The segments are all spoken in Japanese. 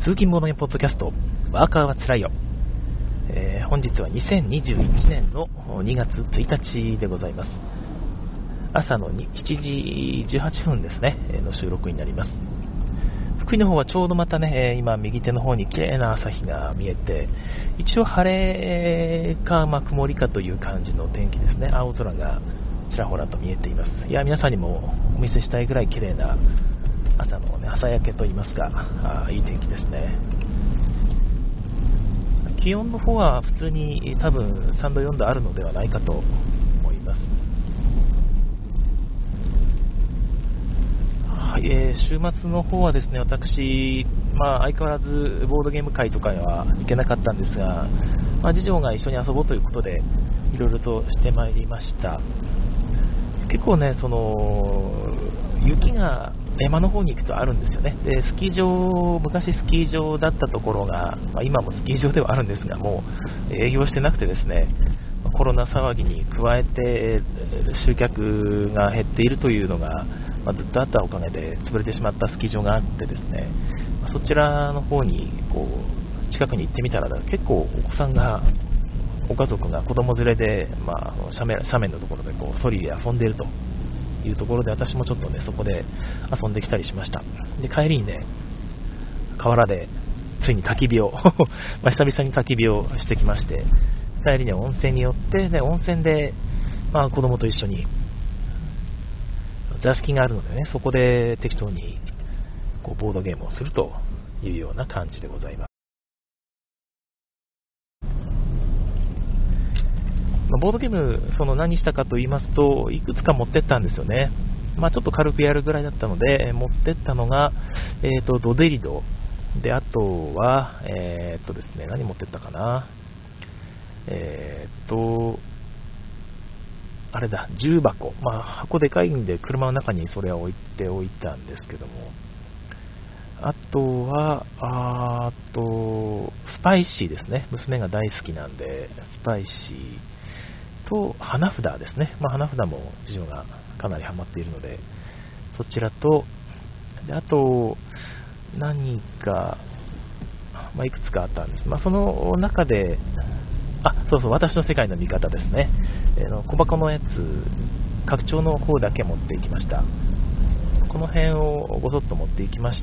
通勤ボードゲームポッドキャスト、ワーカーはつらいよ。本日は2021年の2月1日でございます。朝の7時18分ですね、の収録になります。福井の方はちょうどまたね、今右手の方に綺麗な朝日が見えて、一応晴れか、曇りかという感じの天気ですね。青空がちらほらと見えています。いや、皆さんにもお見せしたいぐらい綺麗な朝の、ね、朝焼けといいますか、いい天気ですね。気温の方は普通に多分3度4度あるのではないかと思います。はい、週末の方はですね、私、相変わらずボードゲーム会とかは行けなかったんですが、次女が一緒に遊ぼうということでいろいろとしてまいりました。結構ね、雪が山の方に行くとあるんですよね。で、スキー場、昔スキー場だったところが、今もスキー場ではあるんですが、もう営業してなくてですね、コロナ騒ぎに加えて集客が減っているというのが、ずっとあったおかげで潰れてしまったスキー場があってですね、そちらの方に近くに行ってみたら、結構お子さんが、ご家族が子供連れで、斜面のところでソリで遊んでいるというところで、私もちょっとね、そこで遊んできたりしました。で、帰りにね、河原でついに焚き火を久々に焚き火をしてきまして、帰りに温泉に寄って、ね、温泉で、子供と一緒に座敷があるのでね、そこで適当にボードゲームをするというような感じでございます。ボードゲーム、何したかと言いますと、いくつか持ってったんですよね。ちょっと軽くやるぐらいだったので、持ってったのが、ドデリドで、あとは、ですね、何持ってったかな、あれだ、重箱、箱でかいんで車の中にそれは置いておいたんですけども、あとはスパイシーですね。娘が大好きなんで、スパイシーと花札ですね。花札も次女がかなりハマっているので、そちらと、であと何か、いくつかあったんです。その中で、そうそう、私の世界の見方ですね。小箱のやつ、拡張の方だけ持っていきました。この辺をごそっと持っていきまして、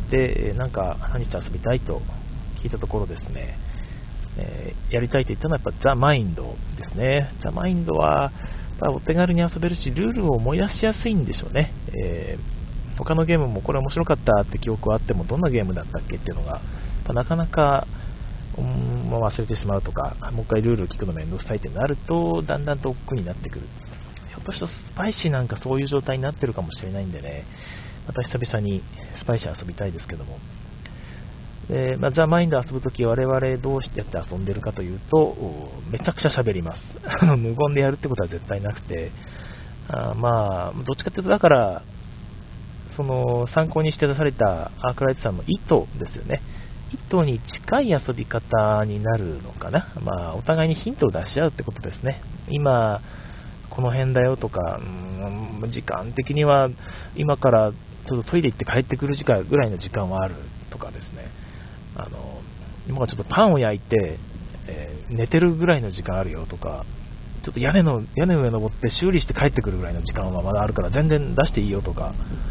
何して遊びたいと聞いたところですね、やりたいと言ったのはやっぱザ・マインドですね。ザ・マインドはお手軽に遊べるし、ルールを思い出しやすいんでしょうね。他のゲームもこれ面白かったって記憶はあっても、どんなゲームだったっけっていうのがなかなか忘れてしまうとか、もう一回ルール聞くの面倒くさいってなると、だんだんと億劫になってくる。ひょっとしてスパイシーなんかそういう状態になってるかもしれないんでね、また久々にスパイシー遊びたいですけども、ザ・マインド遊ぶとき、我々どうしてやって遊んでるかというと、めちゃくちゃ喋ります無言でやるってことは絶対なくて、どっちかというと、だから参考にして出されたアークライトさんの糸ですよね。糸に近い遊び方になるのかな。お互いにヒントを出し合うってことですね。今この辺だよとか、時間的には今からちょっとトイレ行って帰ってくる時間ぐらいの時間はあるとかですね、今からちょっとパンを焼いて、寝てるぐらいの時間あるよとか、ちょっと屋根の上登って修理して帰ってくるぐらいの時間はまだあるから全然出していいよとか、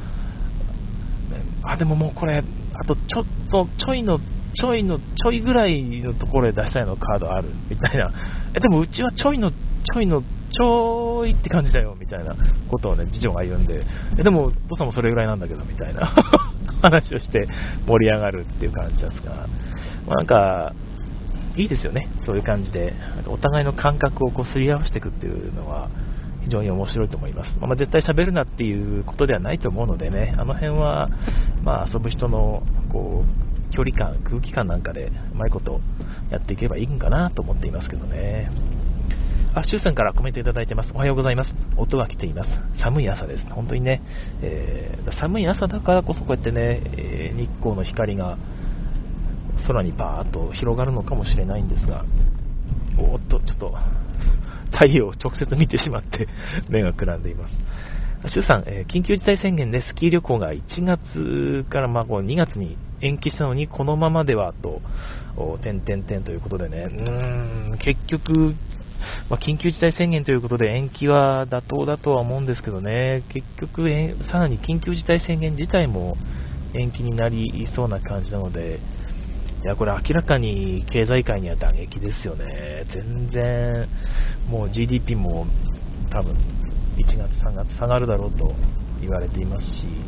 でももうこれあとちょっとちょいぐらいのところで出したいのカードあるみたいな、でもうちはちょいって感じだよみたいなことをね、次女が言うんで、でもお父さんもそれぐらいなんだけどみたいな話をして盛り上がるっていう感じですが、いいですよね、そういう感じでお互いの感覚をすり合わせていくっていうのは非常に面白いと思います。絶対喋るなっていうことではないと思うのでね、あの辺は遊ぶ人の距離感、空気感なんかでうまいことやっていけばいいんかなと思っていますけどね。シュウさんからコメントいただいてます。おはようございます。音が来ています。寒い朝です。本当にね、寒い朝だからこそこうやってね、日光の光が空にバーッと広がるのかもしれないんですが、ちょっと太陽を直接見てしまって目がくらんでいます。シュウさん、緊急事態宣言でスキー旅行が1月から2月に延期したのにこのままではと、点々点ということでね、結局、緊急事態宣言ということで延期は妥当だとは思うんですけどね、結局、さらに緊急事態宣言自体も延期になりそうな感じなので、いやこれ明らかに経済界には打撃ですよね。全然もう GDP も多分1月3月下がるだろうと言われていますし、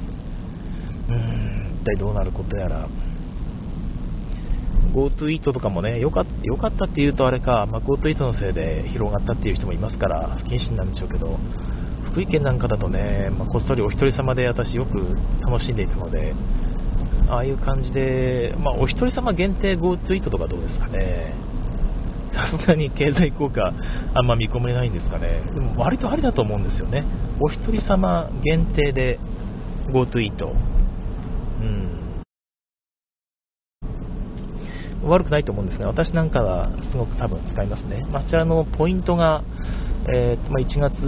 一体どうなることやら。 GoTo イートとかもね、良かったっていうとあれか、GoTo イートのせいで広がったっていう人もいますから不謹慎なんでしょうけど、福井県なんかだとね、こっそりお一人様で私よく楽しんでいたので、ああいう感じで、お一人様限定 GoTo イートとかどうですかね。さすがに経済効果あんま見込めないんですかね。でも割とありだと思うんですよね。お一人様限定で GoTo イート、悪くないと思うんですが、私なんかはすごく多分使いますね。あちらのポイントが、1月、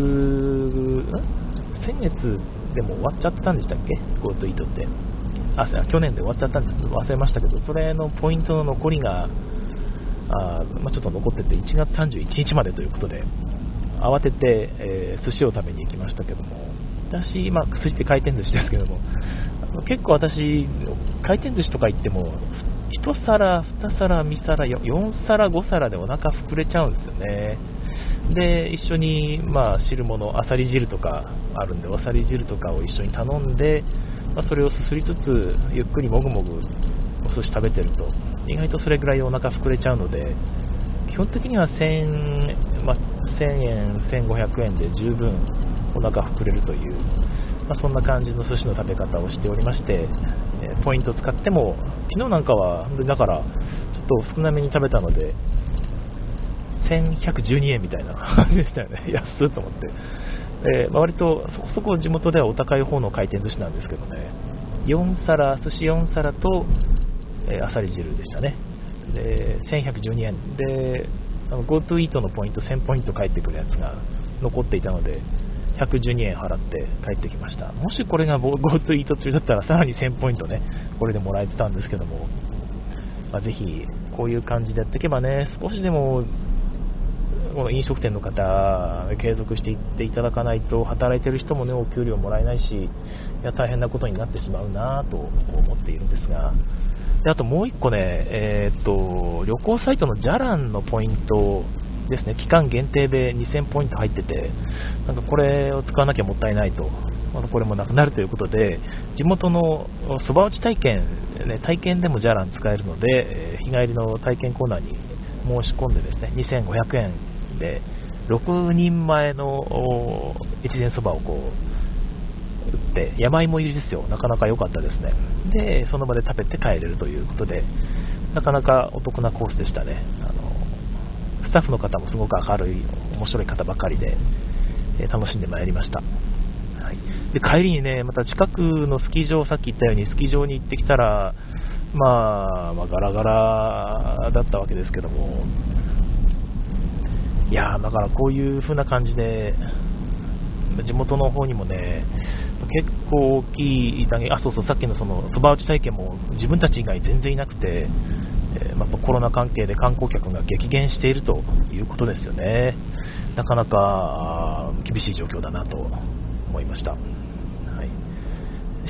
先月でも終わっちゃったんでしたっけ、 GoTo イートって。去年で終わっちゃったんです。忘れましたけど、それのポイントの残りがちょっと残ってて、1月31日までということで、慌てて、寿司を食べに行きましたけども、私、寿司って回転寿司ですけども、結構私、回転寿司とか行っても、1皿、2皿、3皿、4皿、5皿でお腹膨れちゃうんですよね。で、一緒に、汁物、あさり汁とかあるんで、あさり汁とかを一緒に頼んで、それをすすりつつ、ゆっくりもぐもぐお寿司食べてると、意外とそれぐらいお腹膨れちゃうので、基本的には1000円、1500円で十分お腹膨れるという、そんな感じの寿司の食べ方をしておりまして、ポイントを使っても、昨日なんかは、だからちょっと少なめに食べたので、1112円みたいな感じでしたよね。安っと思って。割とそこそこ地元ではお高い方の回転寿司なんですけどね、4皿、寿司4皿と、あさり汁でしたね。で1112円で、GoTo イートのポイント1000ポイント返ってくるやつが残っていたので、112円払って帰ってきました。もしこれが GoTo イート中だったらさらに1000ポイントね、これでもらえてたんですけども、ぜひこういう感じでやっていけばね、少しでもこの飲食店の方継続していっていただかないと、働いている人もね、お給料もらえないし、いや大変なことになってしまうなと思っているんですが、であともう一個ね、旅行サイトのじゃらんのポイントですね、期間限定で2000ポイント入ってて、なんかこれを使わなきゃもったいないと、これもなくなるということで、地元のそば打ち体験、体験でもじゃらん使えるので、日帰りの体験コーナーに申し込んでですね、2500円で6人前の越前そばをこう売って、山芋入りですよ、なかなか良かったですね。でその場で食べて帰れるということで、なかなかお得なコースでしたね。スタッフの方もすごく明るい面白い方ばかりで、楽しんでまいりました。はい、で帰りにね、また近くのスキー場、さっき言ったようにスキー場に行ってきたら、ガラガラだったわけですけども、いやだからこういう風な感じで地元の方にもね、結構大きい打撃、そうそう、さっきのそば打ち体験も自分たち以外全然いなくて、コロナ関係で観光客が激減しているということですよね。なかなか厳しい状況だなと思いました。はい、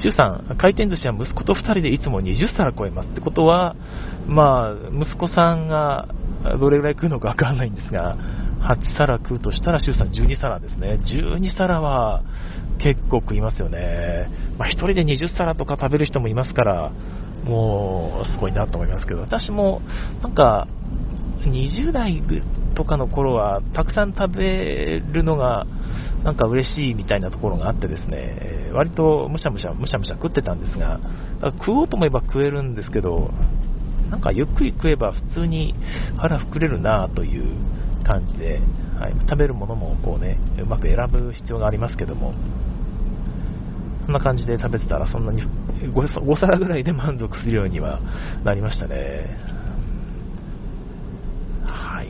周さん、回転寿司は息子と2人でいつも20皿超えますってことは、息子さんがどれぐらい食うのか分からないんですが、8皿食うとしたら周さん12皿ですね。12皿は結構食いますよね。1人で20皿とか食べる人もいますから、もうすごいなと思いますけど、私もなんか20代とかの頃はたくさん食べるのがなんか嬉しいみたいなところがあってですね、割とむしゃむしゃ食ってたんですが、食おうと思えば食えるんですけど、なんかゆっくり食えば普通に腹膨れるなという感じで、食べるものもこうね、うまく選ぶ必要がありますけども、そんな感じで食べてたら、そんなに 5皿ぐらいで満足するようにはなりましたね。はい、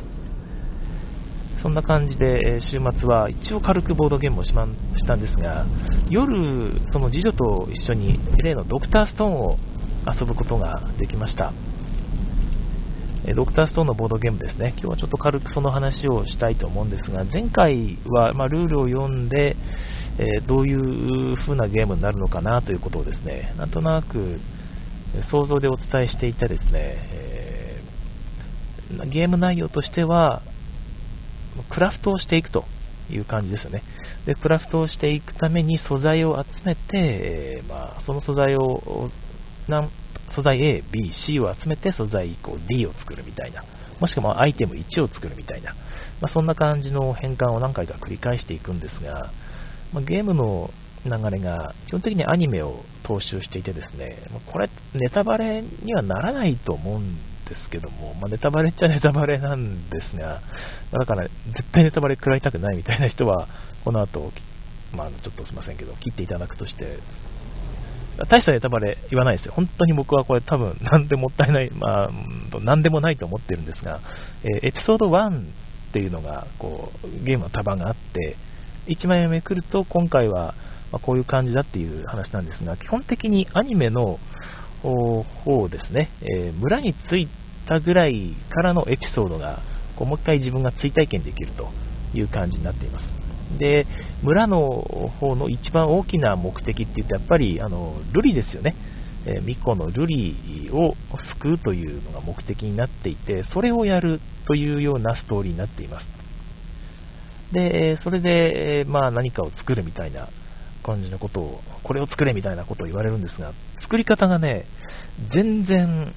そんな感じで週末は一応軽くボードゲームをしたんですが、夜その次女と一緒に例のドクターストーンを遊ぶことができました。ドクターストーンのボードゲームですね。今日はちょっと軽くその話をしたいと思うんですが、前回は、ルールを読んで、どういう風なゲームになるのかなということをですね、なんとなく想像でお伝えしていてですね、ゲーム内容としてはクラフトをしていくという感じですよね。で、クラフトをしていくために素材を集めて、その素材を素材 A、B、C を集めて素材D を作るみたいな、もしくはアイテム1を作るみたいな、そんな感じの変換を何回か繰り返していくんですが、ゲームの流れが基本的にアニメを踏襲していてですね、これネタバレにはならないと思うんですけども、ネタバレっちゃネタバレなんですが、だから絶対ネタバレ食らいたくないみたいな人はこの後、ちょっとすいませんけど切っていただくとして、大したネタバレ言わないですよ。本当に僕はこれ多分何でもったいない、何でもないと思ってるんですが、エピソード1っていうのがゲームの束があって、1枚めくると今回はこういう感じだっていう話なんですが、基本的にアニメの方ですね、村に着いたぐらいからのエピソードがもう一回自分が追体験できるという感じになっています。で、村の方の一番大きな目的って言うとやっぱりルリですよね。巫女のルリを救うというのが目的になっていて、それをやるというようなストーリーになっています。で、それで、何かを作るみたいな感じのことを、これを作れみたいなことを言われるんですが、作り方がね、全然、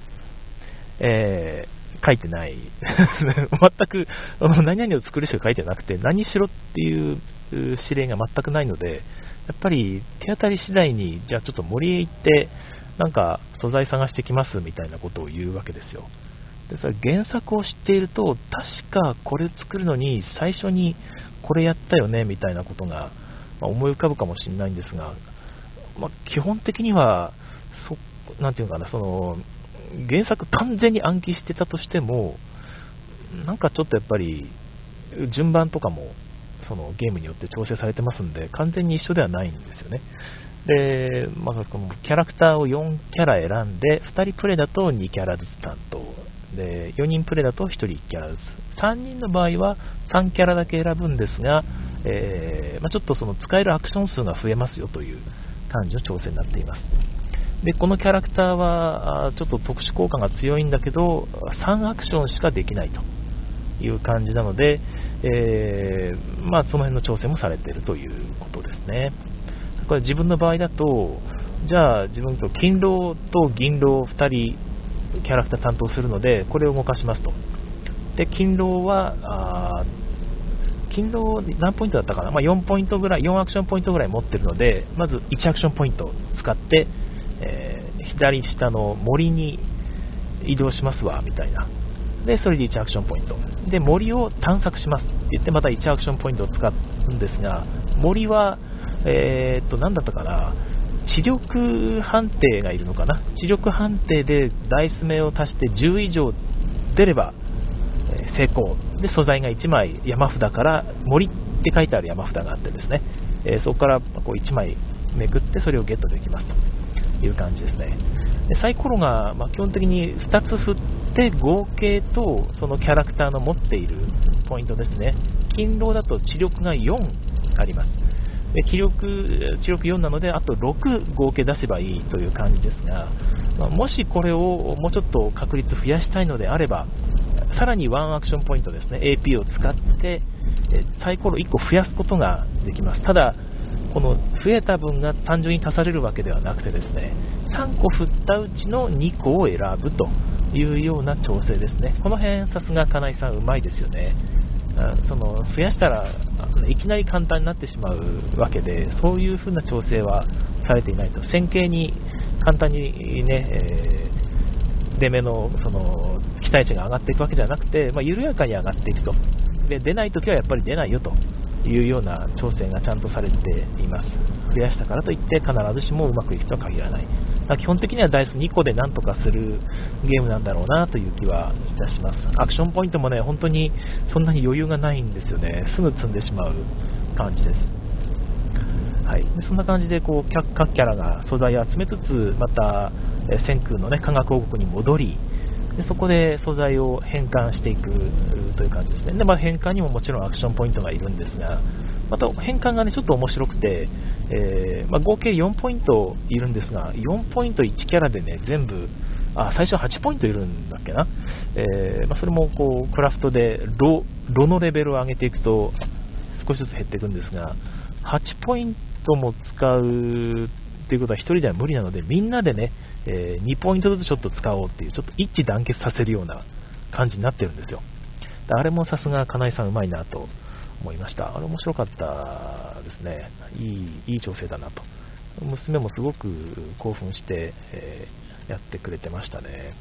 書いてない全く何々を作るしか書いてなくて、何しろっていう指令が全くないので、やっぱり手当たり次第に、じゃあちょっと森へ行ってなんか素材探してきますみたいなことを言うわけですよ。で、それ原作を知っていると、確かこれを作るのに最初にこれやったよねみたいなことが、思い浮かぶかもしれないんですが、基本的にはなんていうかな、原作完全に暗記してたとしても、なんかちょっとやっぱり順番とかもそのゲームによって調整されてますんで、完全に一緒ではないんですよね。で、このキャラクターを4キャラ選んで、2人プレイだと2キャラずつ担当で、4人プレイだと1人1キャラずつ、3人の場合は3キャラだけ選ぶんですが、ちょっとその使えるアクション数が増えますよという感じの調整になっています。で、このキャラクターはちょっと特殊効果が強いんだけど、3アクションしかできないという感じなので、その辺の調整もされているということですね。これ自分の場合だと、じゃあ自分と金狼と銀狼2人キャラクター担当するので、これを動かしますと。で、金狼は何ポイントだったかな、4ポイントぐらい、4アクションポイントぐらい持ってるので、まず1アクションポイントを使って、左下の森に移動しますわみたいな。で、それで1アクションポイントで、森を探索しますって言って、また1アクションポイントを使うんですが、森は何だったかな、知力判定がいるのかな。知力判定でダイス目を足して10以上出れば成功で、素材が1枚山札から森って書いてある山札があってですね、そこから1枚めくってそれをゲットできますという感じですね。で、サイコロが基本的に2つ振って合計とそのキャラクターの持っているポイントですね。金狼だと知力が4あります。で、知力4なのであと6合計出せばいいという感じですが、もしこれをもうちょっと確率増やしたいのであれば、さらに1アクションポイントですね、AP を使ってサイコロ1個増やすことができます。ただこの増えた分が単純に足されるわけではなくてですね、3個振ったうちの2個を選ぶというような調整ですね。この辺さすが金井さんうまいですよね。増やしたらいきなり簡単になってしまうわけで、そういう風な調整はされていないと。線形に簡単にね、出目の期待値が上がっていくわけではなくて、緩やかに上がっていくと。で、出ないときはやっぱり出ないよというような調整がちゃんとされています。増やしたからといって必ずしもうまくいくとは限らない。基本的にはダイス2個でなんとかするゲームなんだろうなという気はいたします。アクションポイントもね、本当にそんなに余裕がないんですよね。すぐ積んでしまう感じです。はい、でそんな感じで各キャラが素材を集めつつ、また、 千空の、ね、科学王国に戻り、でそこで素材を変換していくという感じですね。で、変換にももちろんアクションポイントがいるんですが、また変換が、ね、ちょっと面白くて、合計4ポイントいるんですが、4ポイント1キャラで、ね、全部最初8ポイントいるんだっけな、それもこうクラフトでロのレベルを上げていくと少しずつ減っていくんですが、8ポイントも使うということは1人では無理なので、みんなでね、2ポイントずつちょっと使おうっていう、ちょっと一致団結させるような感じになってるんですよ。あれもさすが金井さんうまいなと思いました。あれ面白かったですね。いい調整だなと。娘もすごく興奮して、やってくれてましたね。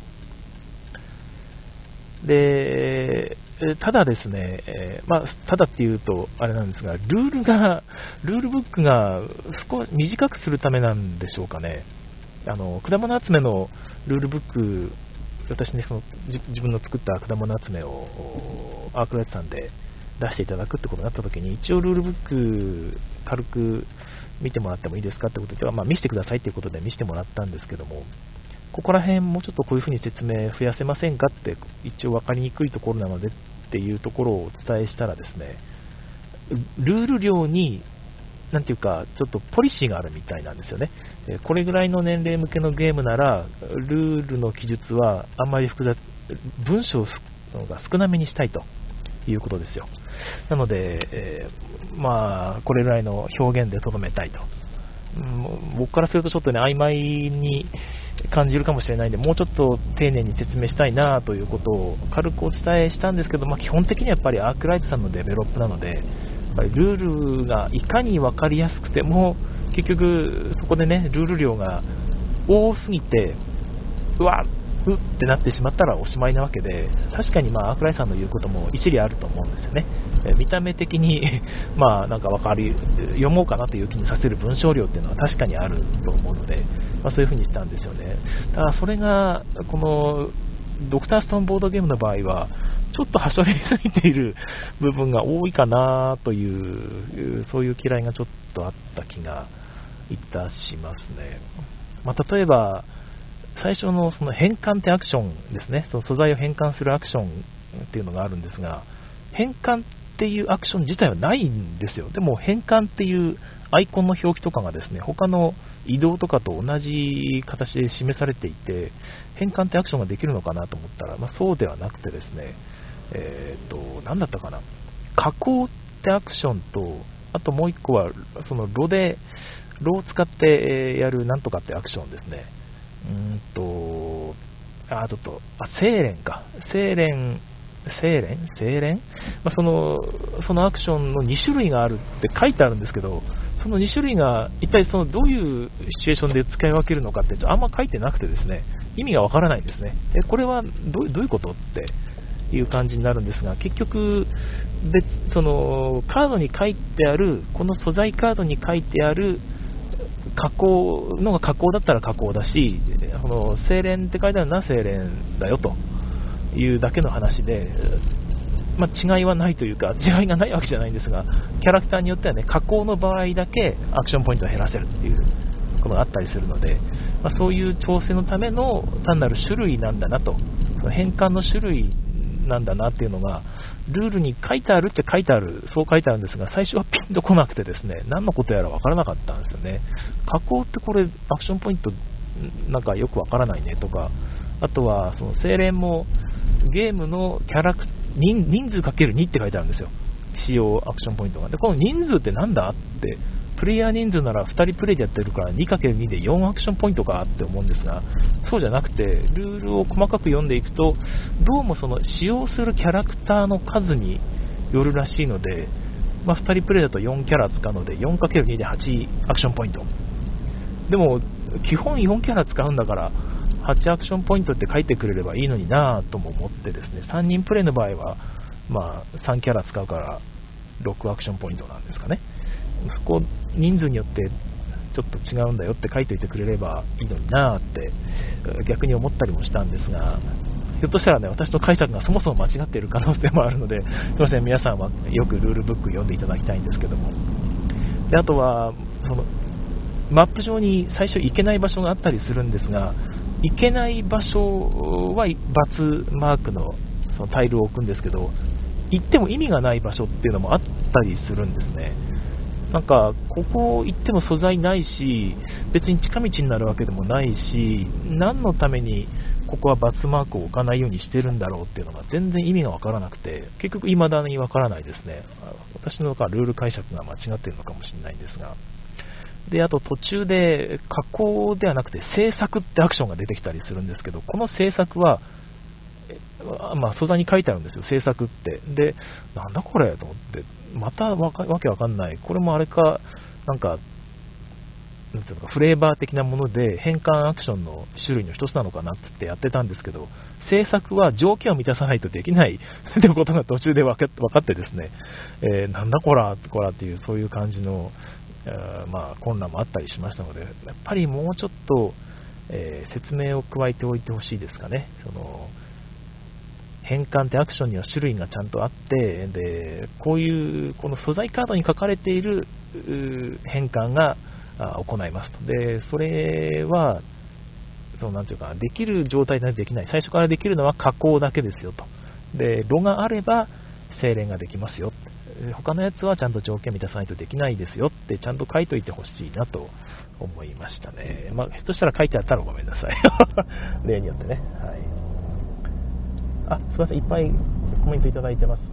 で、ただですね、ただっていうとあれなんですが、ルールブックが少し短くするためなんでしょうかね。果物集めのルールブック、私ね、自分の作った果物集めをアークライトさんで出していただくってことになったときに、一応ルールブック軽く見てもらってもいいですかってことで、見せてくださいっていうことで見せてもらったんですけども、ここら辺もうちょっとこういうふうに説明増やせませんかって、一応分かりにくいところなのでっていうところをお伝えしたらですね、ルール量になんていうかちょっとポリシーがあるみたいなんですよね。これぐらいの年齢向けのゲームならルールの記述はあんまり複雑、文章が少なめにしたいということですよ。なので、これぐらいの表現でとどめたいと。僕からするとちょっとね曖昧に感じるかもしれないんで、もうちょっと丁寧に説明したいなということを軽くお伝えしたんですけど、基本的にはやっぱりアークライトさんのデベロップなので、やっぱりルールがいかに分かりやすくても結局そこでねルール量が多すぎてうってなってしまったらおしまいなわけで、確かにアークライトさんの言うことも一理あると思うんですよね。見た目的になんか読もうかなという気にさせる文章量っていうのは確かにあると思うので、そういう風にしたんですよね。ただそれがこのドクターストーンボードゲームの場合はちょっとはしょりすぎている部分が多いかなという、そういう嫌いがちょっとあった気がいたしますね。例えば最初のその変換ってアクションですね、その素材を変換するアクションっていうのがあるんですが、変換っていうアクション自体はないんですよ。でも変換っていうアイコンの表記とかがですね、他の移動とかと同じ形で示されていて、変換ってアクションができるのかなと思ったら、そうではなくてですね、何だったかな、加工ってアクションと、あともう一個はその炉を使ってやるなんとかってアクションですね。精錬、そのアクションの2種類があるって書いてあるんですけど、その2種類が一体どういうシチュエーションで使い分けるのかってあんま書いてなくてですね、意味がわからないんですね。これはどういうことっていう感じになるんですが、結局そのカードに書いてある、この素材カードに書いてある加工のが加工だったら加工だし、精錬って書いてあるのは精錬だよというだけの話で、違いはないというか、違いがないわけじゃないんですが、キャラクターによってはね、加工の場合だけアクションポイントを減らせるっていうことがあったりするので、そういう調整のための単なる種類なんだなと、変換の種類なんだなっていうのがルールに書いてあるって書いてある、そう書いてあるんですが、最初はピンとこなくてですね、何のことやら分からなかったんですよね。加工ってこれアクションポイントなんかよく分からないねとか、あとはその精錬もゲームのキャラク人数 ×2 って書いてあるんですよ、使用アクションポイントが。でこの人数ってなんだって、プレイヤー人数なら2人プレイでやってるから 2×2 で4アクションポイントかって思うんですが、そうじゃなくてルールを細かく読んでいくと、どうもその使用するキャラクターの数によるらしいので、2人プレイだと4キャラ使うので 4×2 で8アクションポイント。でも基本4キャラ使うんだから8アクションポイントって書いてくれればいいのになぁとも思ってですね、3人プレイの場合は3キャラ使うから6アクションポイントなんですかね。そこ人数によってちょっと違うんだよって書いておいてくれればいいのになって逆に思ったりもしたんですが、ひょっとしたらね、私の解釈がそもそも間違っている可能性もあるので、すいません、皆さんはよくルールブック読んでいただきたいんですけども。であとはそのマップ上に最初行けない場所があったりするんですが、 行けない場所は×マークのそのタイルを置くんですけど、行っても意味がない場所っていうのもあったりするんですね。なんかここ行っても素材ないし、別に近道になるわけでもないし、何のためにここは×マークを置かないようにしてるんだろうっていうのが全然意味がわからなくて、結局未だにわからないですね。私のルール解釈が間違っているのかもしれないんですが。で、あと途中で加工ではなくて制作ってアクションが出てきたりするんですけど、この制作は素材に書いてあるんですよ、制作って。で、なんだこれと思って、またわけわかんない、これもあれか、なんていうのか、フレーバー的なもので変換アクションの種類の一つなのかなってやってたんですけど、制作は条件を満たさないとできないということが途中で分かってですね、なんだこらっていう、そういう感じの、混乱もあったりしましたので、やっぱりもうちょっと、説明を加えておいてほしいですかね。変換ってアクションには種類がちゃんとあって、でこの素材カードに書かれている変換が行いますと。でそれはなんていうか、できる状態でできない、最初からできるのは加工だけですよと。で炉があれば精錬ができますよ、他のやつはちゃんと条件満たさないとできないですよってちゃんと書いといてほしいなと思いましたね。ひょっとしたら書いてあったらごめんなさい例によってね。はい、すみません、いっぱいコメントいただいてます。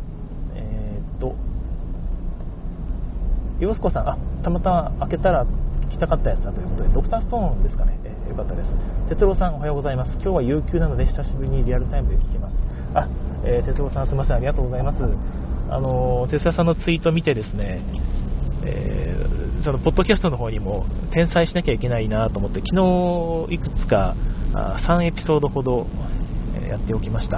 ヨウスコさん、たまたま開けたら来たかったやつだということで、ドクターストーンですかね。よかったです。哲郎さん、おはようございます。今日は有給なので久しぶりにリアルタイムで聞きます。哲郎さん、すみません、ありがとうございます。哲也さんのツイート見てですね、そのポッドキャストの方にも転載しなきゃいけないなと思って、昨日いくつか3エピソードほどやっておきました。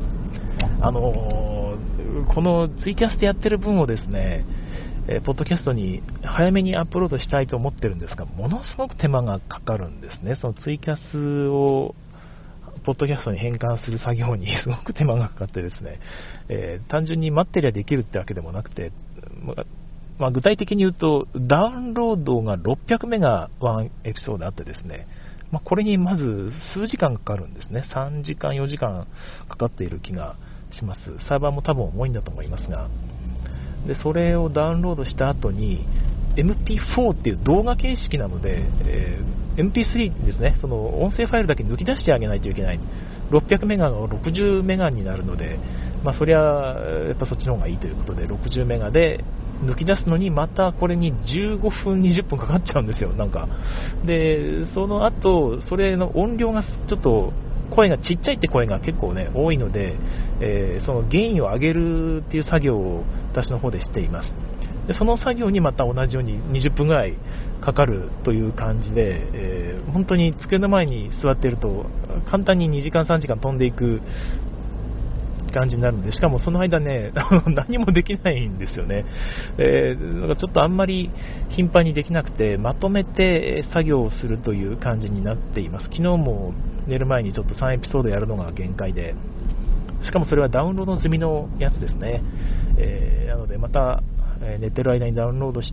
このツイキャスでやってる分をですね、ポッドキャストに早めにアップロードしたいと思ってるんですが、ものすごく手間がかかるんですね。そのツイキャスをポッドキャストに変換する作業にすごく手間がかかってですね、単純に待ってりゃできるってわけでもなくて、具体的に言うとダウンロードが600メガ1エピソードあってですね、これにまず数時間かかるんですね。3時間4時間かかっている気がします。サーバーも多分重いんだと思いますが、でそれをダウンロードした後に MP4 っていう動画形式なので、MP3 ですね、その音声ファイルだけ抜き出してあげないといけない。600メガが60メガになるので、そりゃやっぱそっちの方がいいということで60メガで抜き出すのにまたこれに15分20分かかっちゃうんですよ。でその後それの音量がちょっと声がちっちゃいって声が結構ね多いので、そのゲインを上げるっていう作業を私の方でしています。でその作業にまた同じように20分ぐらいかかるという感じで、本当に机の前に座っていると簡単に2時間3時間飛んでいく感じになるんで、しかもその間ね何もできないんですよね。ちょっとあんまり頻繁にできなくて、まとめて作業をするという感じになっています。昨日も寝る前にちょっと3エピソードやるのが限界で、しかもそれはダウンロード済みのやつですね。なのでまた寝てる間にダウンロードして、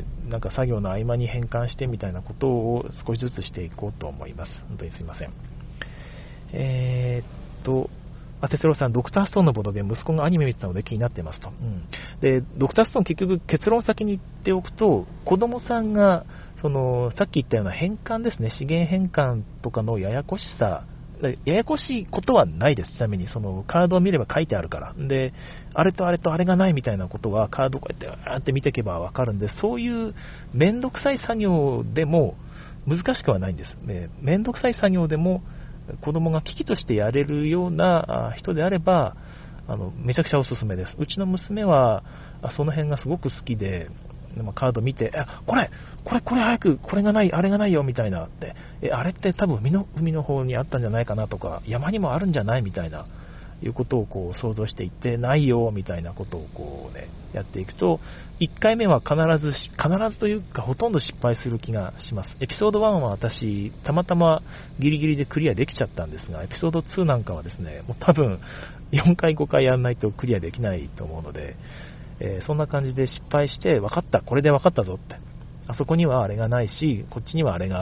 作業の合間に変換してみたいなことを少しずつしていこうと思います。本当にすいません。哲郎さん、ドクターストーンのボードで息子がアニメ見てたので気になってますと。でドクターストーン、結局結論を先に言っておくと、子供さんがさっき言ったような変換ですね、資源変換とかのややこしいことはないです。ちなみにそのカードを見れば書いてあるから。であれとあれとあれがないみたいなことはカードをこうやって見ていけば分かるんで、そういうめんどくさい作業でも難しくはないんです。めんどくさい作業でも子供が機器としてやれるような人であればめちゃくちゃおすすめです。うちの娘はその辺がすごく好きで、カード見て、これ早く、これがない、あれがないよみたいなって、あれって多分海の方にあったんじゃないかなとか、山にもあるんじゃないみたいないうことを想像していって、ないよみたいなことをやっていくと、1回目は必ずというかほとんど失敗する気がします。エピソード1は私たまたまギリギリでクリアできちゃったんですが、エピソード2なんかはですね、もう多分4回5回やらないとクリアできないと思うので、そんな感じで失敗して、分かった、これで分かったぞって、あそこにはあれがないしこっちにはあれがある、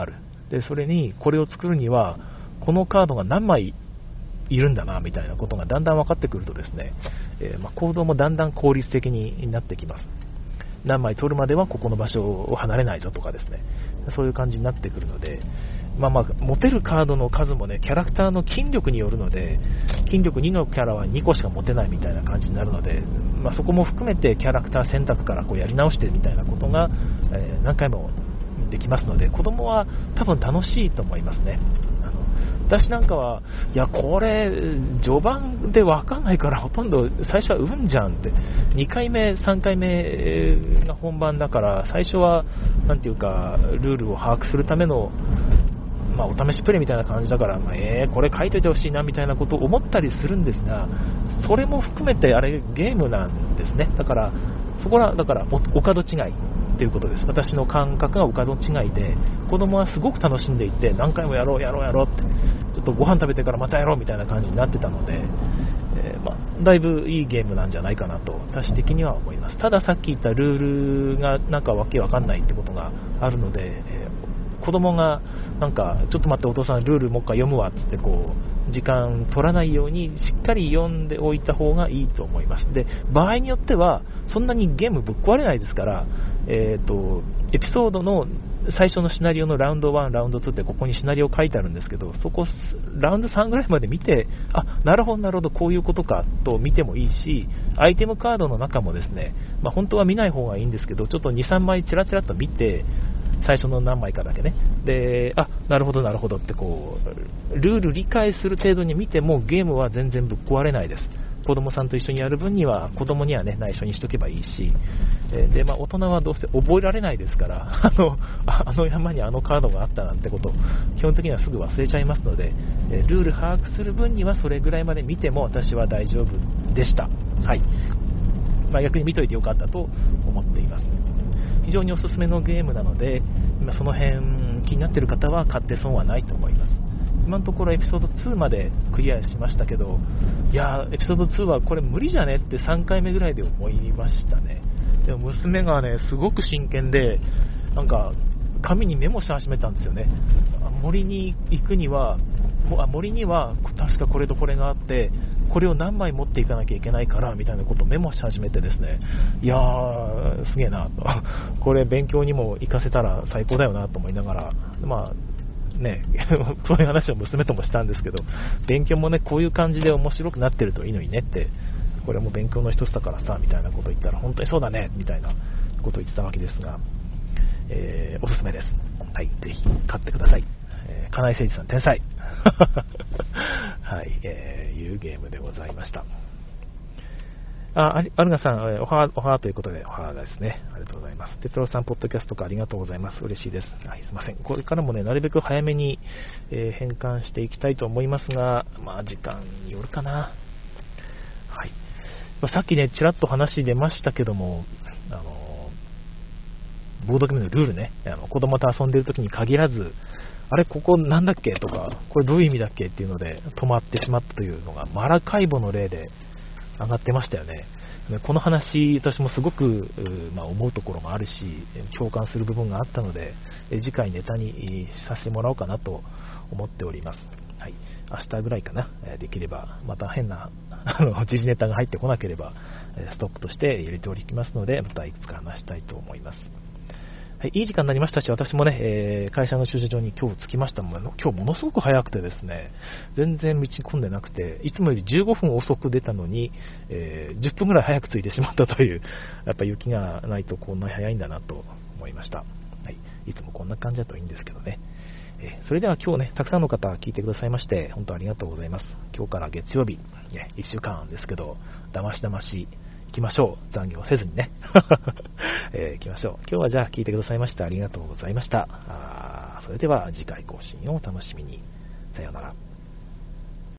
でそれにこれを作るにはこのカードが何枚いるんだなみたいなことがだんだん分かってくるとですね、行動もだんだん効率的になってきます。何枚取るまではここの場所を離れないぞとかですね、そういう感じになってくるので、持てるカードの数もね、キャラクターの筋力によるので、筋力2のキャラは2個しか持てないみたいな感じになるので、そこも含めてキャラクター選択からこうやり直してみたいなことが、何回もできますので、子供は多分楽しいと思いますね。私なんかは、いや、これ、序盤で分かんないから、ほとんど最初は運じゃんって、2回目、3回目が本番だから、最初は、なんていうか、ルールを把握するための、お試しプレイみたいな感じだから、これ書いといてほしいなみたいなことを思ったりするんですが、それも含めて、あれ、ゲームなんですね。だから、そこは、だから、お門違い。ということです。私の感覚がお門違いで、子供はすごく楽しんでいて、何回もやろうって、ちょっとご飯食べてからまたやろうみたいな感じになってたので、だいぶいいゲームなんじゃないかなと私的には思います。たださっき言ったルールがなんかわけわかんないってことがあるので、子供がなんかちょっと待ってお父さんルールもう一回読むわってこう時間取らないようにしっかり読んでおいた方がいいと思います。で、場合によってはそんなにゲームぶっ壊れないですから、エピソードの最初のシナリオのラウンド1、ラウンド2ってここにシナリオ書いてあるんですけど、そこラウンド3ぐらいまで見て、なるほどこういうことかと見てもいいし、アイテムカードの中もですね、本当は見ない方がいいんですけど、ちょっと 2,3 枚チラチラっと見て、最初の何枚かだけね、で、なるほどってこうルール理解する程度に見てもゲームは全然ぶっ壊れないです。子供さんと一緒にやる分には子供にはね内緒にしとけばいいし、で大人はどうせ覚えられないですからあの山にあのカードがあったなんてこと基本的にはすぐ忘れちゃいますので、ルール把握する分にはそれぐらいまで見ても私は大丈夫でした。はい、逆に見といてよかったと思っています。非常におすすめのゲームなので、今その辺気になっている方は買って損はないと思います。今のところエピソード2までクリアしましたけど、いやエピソード2はこれ無理じゃねって3回目ぐらいで思いましたね。でも娘がねすごく真剣で、なんか紙にメモし始めたんですよね。森に行くには森には確かこれとこれがあって、これを何枚持っていかなきゃいけないからみたいなことをメモし始めてですね、いやーすげえなとこれ勉強にも活かせたら最高だよなと思いながら、そういう話を娘ともしたんですけど、勉強もねこういう感じで面白くなってるといいのにねって、これも勉強の一つだからさみたいなことを言ったら、本当にそうだねみたいなことを言ってたわけですが、おすすめです。はい、ぜひ買ってください。金井誠司さん天才はい、いうゲームでございました。アルガさん、おはということで、おはですね。ありがとうございます。哲郎さん、ポッドキャストとかありがとうございます。嬉しいです。すいません。これからもね、なるべく早めに、変換していきたいと思いますが、時間によるかな。はい。さっきね、ちらっと話出ましたけども、ボードゲームのルールね、子供と遊んでるときに限らず、あれ、ここなんだっけとか、これどういう意味だっけっていうので止まってしまったというのが、マラカイボの例で上がってましたよね。この話、私もすごく、思うところもあるし、共感する部分があったので、次回ネタにさせてもらおうかなと思っております。はい、明日ぐらいかな、できれば、また変な時事ネタが入ってこなければ、ストックとして入れておきますので、またいくつか話したいと思います。はい、いい時間になりましたし、私もね、会社の駐車場に今日着きましたもの。今日ものすごく早くてですね、全然道混んでなくて、いつもより15分遅く出たのに、10分ぐらい早く着いてしまったという、やっぱ雪がないとこんなに早いんだなと思いました。はい、いつもこんな感じだといいんですけどね。それでは今日ね、たくさんの方聞いてくださいまして、本当ありがとうございます。今日から月曜日、1週間ですけど、だまし行きましょう。残業せずにね。行きましょう。今日はじゃあ聞いてくださいましてありがとうございました。それでは次回更新をお楽しみに。さようなら。